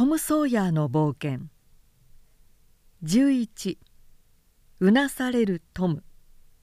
トム・ソーヤーの冒険。11、うなされるトム。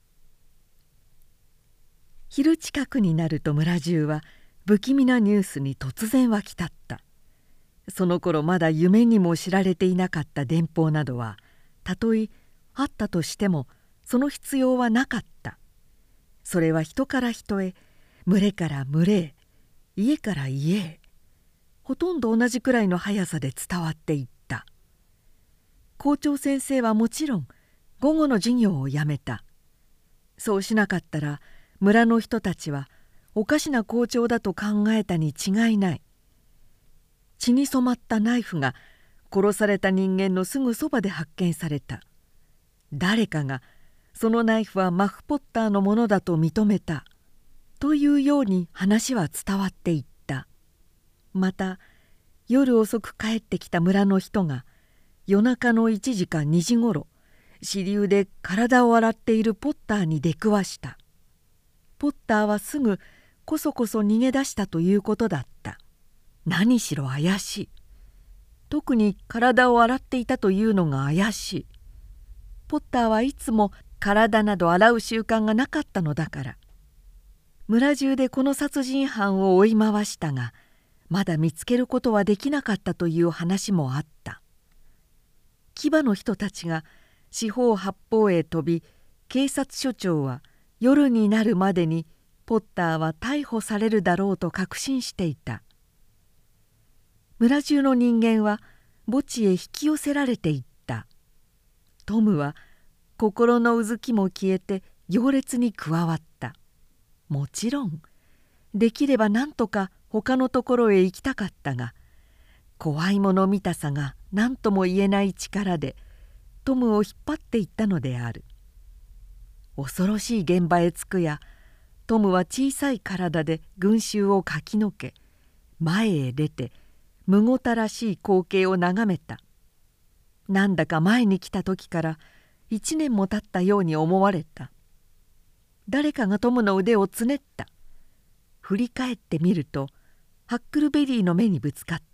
昼近くになると村中は不気味なニュースに突然沸き立った。その頃まだ夢にも知られていなかった電報などは、たとえあったとしてもその必要はなかった。それは人から人へ、群れから群れへ、家から家へ、ほとんど同じくらいの速さで伝わっていった。校長先生はもちろん午後の授業をやめた。そうしなかったら村の人たちはおかしな校長だと考えたに違いない。血に染まったナイフが殺された人間のすぐそばで発見された。誰かがそのナイフはマフ・ポッターのものだと認めたというように話は伝わっていった。また夜遅く帰ってきた村の人が夜中の1時か2時ごろ、支流で体を洗っているポッターに出くわした。ポッターはすぐこそこそ逃げ出したということだった。何しろ怪しい。特に体を洗っていたというのが怪しい。ポッターはいつも体など洗う習慣がなかったのだから。村中でこの殺人犯を追い回したが、まだ見つけることはできなかったという話もあった。騎馬の人たちが四方八方へ飛び、警察署長は夜になるまでにポッターは逮捕されるだろうと確信していた。村中の人間は墓地へ引き寄せられていった。トムは心のうずきも消えて行列に加わった。もちろんできれば何とか他のところへ行きたかったが、怖いもの見たさが何とも言えない力でトムを引っ張っていったのである。恐ろしい現場へ着くや、トムは小さい体で群衆をかきのけ、前へ出てむごたらしい光景を眺めた。なんだか前に来た時から1年も経ったように思われた。誰かがトムの腕をつねった。振り返ってみるとハックルベリーの目にぶつかった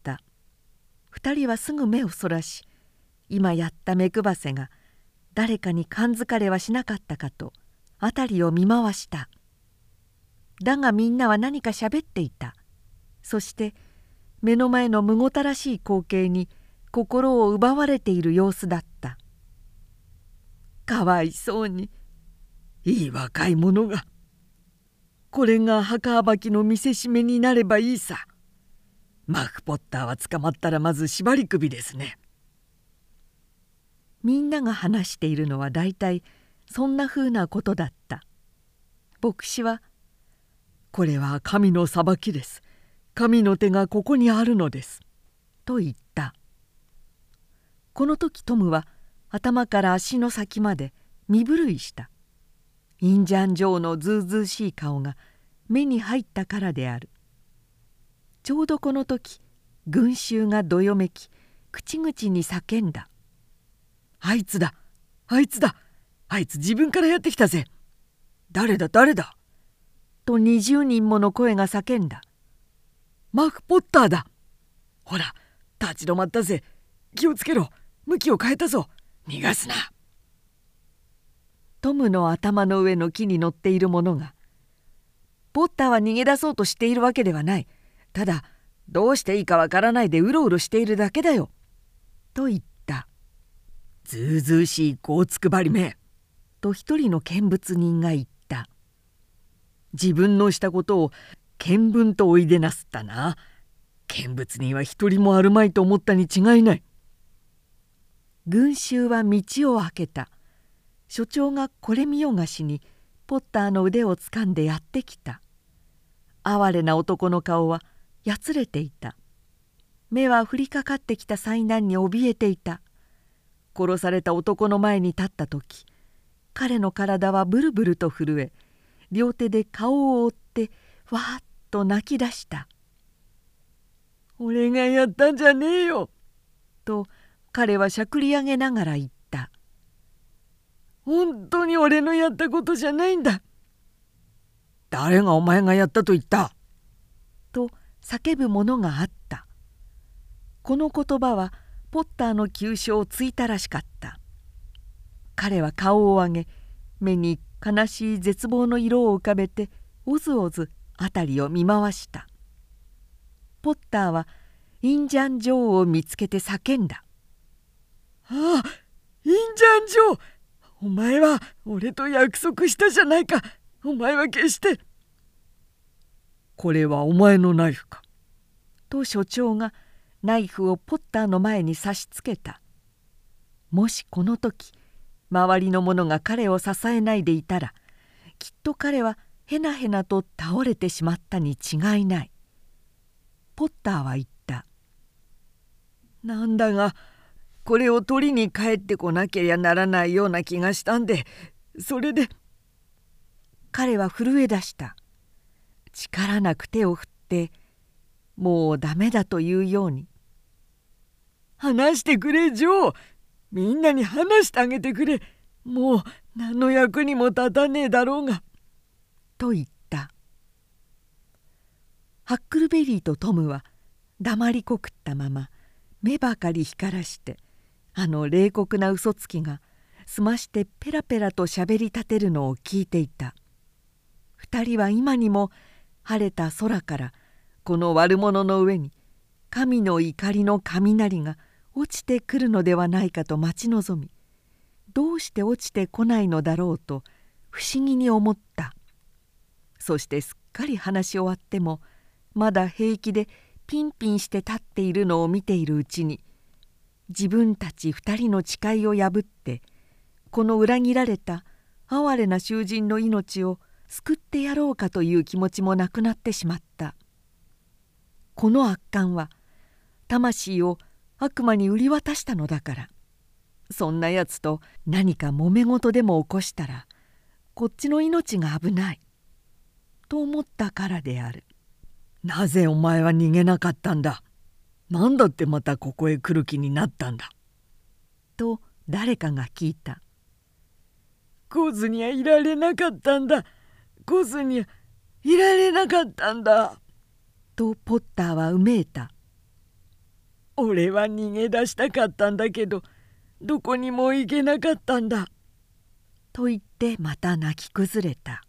。2人はすぐ目をそらし、今やった目配せが誰かに感づかれはしなかったかと辺りを見回した。だがみんなは何かしゃべっていた。そして目の前のむごたらしい光景に心を奪われている様子だった。かわいそうに、いい若い者が。これが墓暴きの見せしめになればいいさ。マフ・ポッターは捕まったらまず縛り首ですね。みんなが話しているのはだいたいそんなふうなことだった。牧師は「これは神の裁きです。神の手がここにあるのです」と言った。この時トムは頭から足の先まで身震いした。インジャン・ジョーのずうずうしい顔が目に入ったからである。ちょうどこの時群衆がどよめき口々に叫んだ。あいつだ、あいつだ、あいつ自分からやってきたぜ。誰だ誰だと20人もの声が叫んだ。マフ・ポッターだ。ほら立ち止まったぜ。気をつけろ、向きを変えたぞ。逃がすな。トムの頭の上の木に乗っている者が「ポッターは逃げ出そうとしているわけではない。ただどうしていいかわからないでうろうろしているだけだよ」と言った。ずうずうしいゴツくばりめと一人の見物人が言った。自分のしたことを見聞とおいでなすったな。見物人は一人もあるまいと思ったに違いない。群衆は道を開けた。所長がこれ見よがしにポッターの腕をつかんでやってきた。哀れな男の顔はやつれていた。目は降りかかってきた災難に怯えていた。殺された男の前に立った時、彼の体はブルブルと震え、両手で顔を覆ってわーっと泣き出した。「俺がやったんじゃねえよ」と彼はしゃくり上げながら言った。「本当に俺のやったことじゃないんだ」。「誰がお前がやったと言った」と叫ぶものがあった。 この言葉はポッターの急所をついたらしかった。彼は顔を上げ、目に悲しい絶望の色を浮かべておずおず辺りを見回した。ポッターはインジャン・ジョーを見つけて叫んだ。ああ、インジャン・ジョー、お前は俺と約束したじゃないか。お前は決して。これはお前のナイフか。と所長がナイフをポッターの前に差しつけた。もしこの時周りの者が彼を支えないでいたら、きっと彼はへなへなと倒れてしまったに違いない。ポッターは言った。なんだがこれを取りに帰ってこなけりゃならないような気がしたんで、それで。彼は震え出した。力なく手を振ってもうダメだというように。話してくれジョー、みんなに話してあげてくれ。もう何の役にも立たねえだろうが。と言った。ハックルベリーとトムは黙りこくったまま目ばかり光らして、あの冷酷な嘘つきがすましてペラペラとしゃべり立てるのを聞いていた。二人は今にも晴れた空からこの悪者の上に神の怒りの雷が落ちてくるのではないかと待ち望み、どうして落ちてこないのだろうと不思議に思った。そしてすっかり話し終わってもまだ平気でピンピンして立っているのを見ているうちに、自分たち二人の誓いを破ってこの裏切られた哀れな囚人の命を救ってやろうかという気持ちもなくなってしまった。この悪漢は魂を悪魔に売り渡したのだから、そんなやつと何か揉め事でも起こしたらこっちの命が危ないと思ったからである。なぜお前は逃げなかったんだ。なんだってまたここへ来る気になったんだ。と誰かが聞いた。来ずにはいられなかったんだ。来ずにはいられなかったんだ。とポッターはうめいた。俺は逃げ出したかったんだけどどこにも行けなかったんだ。と言ってまた泣き崩れた。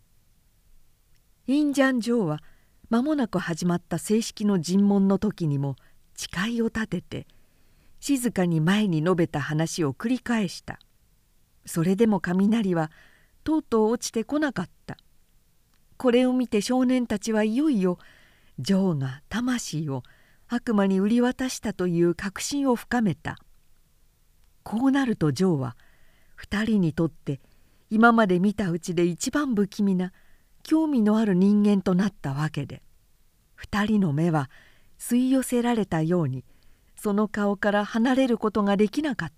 インジャン・ジョーは間もなく始まった正式の尋問の時にも誓いを立てて静かに前に述べた話を繰り返した。それでも雷はとうとう落ちてこなかった。これを見て少年たちはいよいよジョーが魂を悪魔に売り渡したという確信を深めた。こうなるとジョーは2人にとって今まで見たうちで一番不気味な興味のある人間となったわけで、2人の目は吸い寄せられたようにその顔から離れることができなかった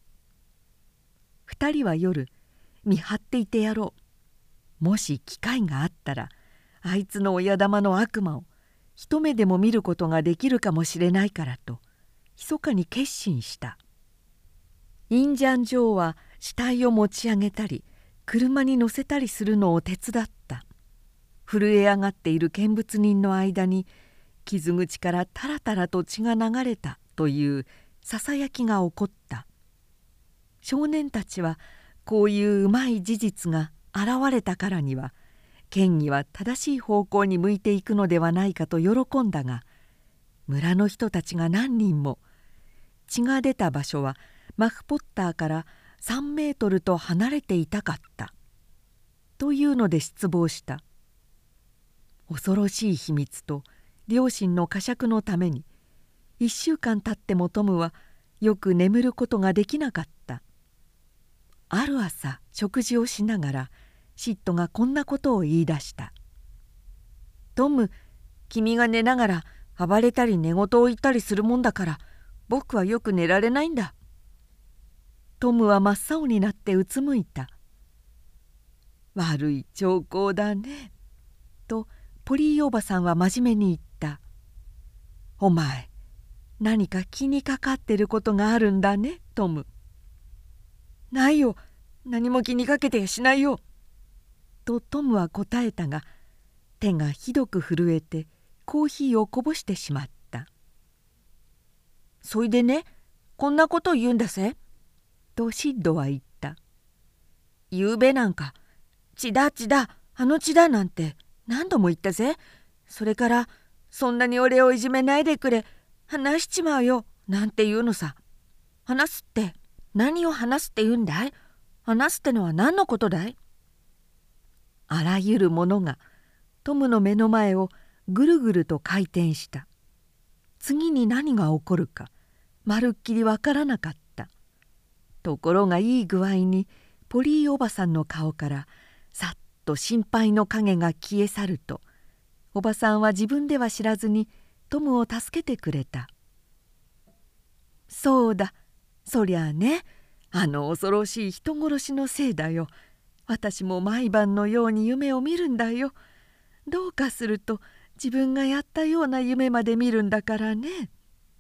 。2人は夜見張っていてやろう。もし機会があったらあいつの親玉の悪魔を一目でも見ることができるかもしれないからと密かに決心した。インジャン・ジョーは死体を持ち上げたり車に乗せたりするのを手伝った。震え上がっている見物人の間に傷口からタラタラと血が流れたというささやきが起こった。少年たちはこういううまい事実が現れたからには剣議は正しい方向に向いていくのではないかと喜んだが、村の人たちが何人も血が出た場所はマフポッターから3メートルと離れていたかったというので失望した。恐ろしい秘密と両親の呵責のために1週間経ってもトムはよく眠ることができなかった。ある朝食事をしながらシットがこんなことを言い出した。トム、君が寝ながら暴れたり寝言を言ったりするもんだから僕はよく寝られないんだ。トムは真っ青になってうつむいた。悪い兆候だね。とポリーおばさんは真面目に言った。お前、何か気にかかってることがあるんだね、トム。ないよ、何も気にかけてやしないよ。とトムは答えたが、手がひどく震えてコーヒーをこぼしてしまった。 そいでね、こんなこと言うんだぜ。とシッドは言った。ゆうべなんか、血だ血だ、あの血だなんて何度も言ったぜ。それから、そんなに俺をいじめないでくれ、話しちまうよ、なんて言うのさ。話すって、何を話すって言うんだい？話すってのは何のことだい？あらゆるものがトムの目の前をぐるぐると回転した。次に何が起こるかまるっきりわからなかった。ところがいい具合にポリーおばさんの顔からさっと心配の影が消え去ると、おばさんは自分では知らずにトムを助けてくれた。そうだ、そりゃあね、あの恐ろしい人殺しのせいだよ。私も毎晩のように夢を見るんだよ。どうかすると自分がやったような夢まで見るんだからね。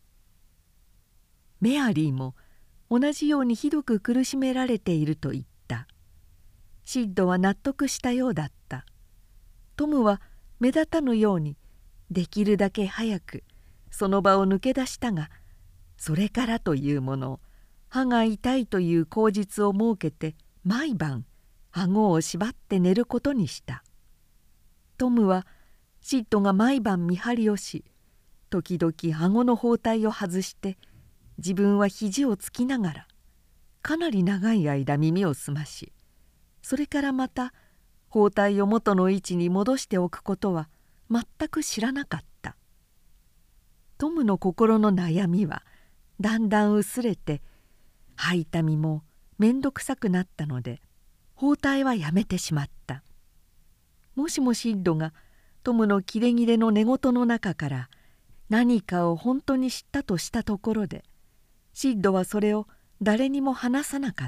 メアリーも同じようにひどく苦しめられていると言った。シッドは納得したようだった。トムは目立たぬようにできるだけ早くその場を抜け出したが、それからというもの、歯が痛いという口実を設けて毎晩顎を縛って寝ることにした。トムはシッドが毎晩見張りをし、時々顎の包帯を外して自分は肘をつきながらかなり長い間耳を澄まし、それからまた包帯を元の位置に戻しておくことは全く知らなかった。トムの心の悩みはだんだん薄れて、吐いた身もめんどくさくなったので包帯はやめてしまった。もしもシッドがトムのキレキレの寝言の中から何かを本当に知ったとしたところで、シッドはそれを誰にも話さなかった。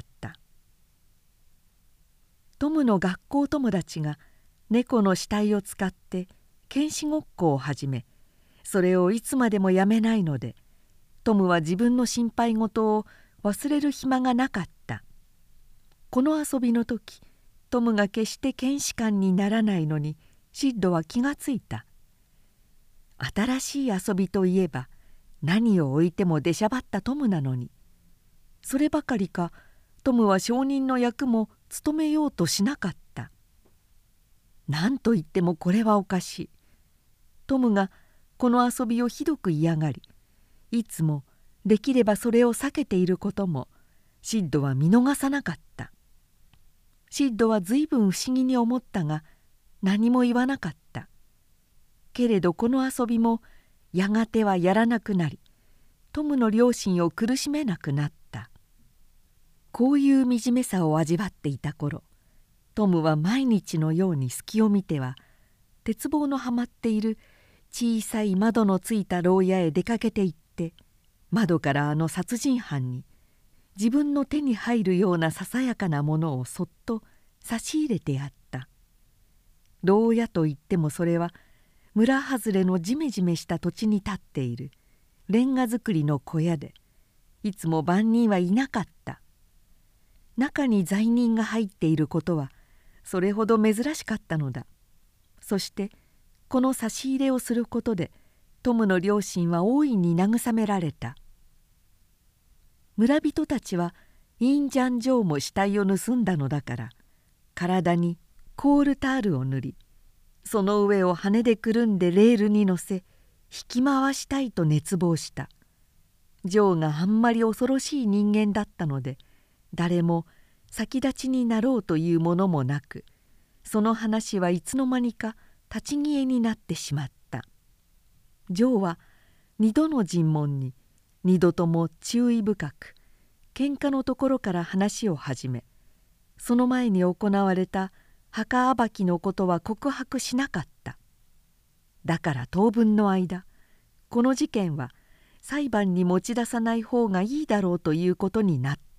トムの学校友達が猫の死体を使って剣士ごっこを始め、それをいつまでもやめないので、トムは自分の心配事を忘れる暇がなかった。この遊びの時、トムが決して剣士官にならないのにシッドは気がついた。新しい遊びといえば何を置いても出しゃばったトムなのに、そればかりかトムは証人の役も務めようとしなかった。何と言ってもこれはおかしい。トムがこの遊びをひどく嫌がり、いつもできればそれを避けていることもシッドは見逃さなかった。シッドはずいぶん不思議に思ったが何も言わなかった。けれどこの遊びもやがてはやらなくなり、トムの両親を苦しめなくなった。こういう惨めさを味わっていた頃、トムは毎日のように隙を見ては鉄棒のはまっている小さい窓のついた牢屋へ出かけて行って、窓からあの殺人犯に自分の手に入るようなささやかなものをそっと差し入れてやった。牢屋といってもそれは村外れのジメジメした土地に立っているレンガ造りの小屋で、いつも番人はいなかった。中に罪人が入っていることはそれほど珍しかったのだ。そしてこの差し入れをすることでトムの両親は大いに慰められた。村人たちはインジャン・ジョーも死体を盗んだのだから、体にコールタールを塗り、その上を羽でくるんでレールに乗せ引き回したいと熱望した。ジョーがあんまり恐ろしい人間だったので、誰も先立ちになろうというものもなく、その話はいつの間にか立ち消えになってしまった。ジョーは2度の尋問に2度とも注意深く喧嘩のところから話を始め、その前に行われた墓暴きのことは告白しなかった。だから当分の間、この事件は裁判に持ち出さない方がいいだろうということになった。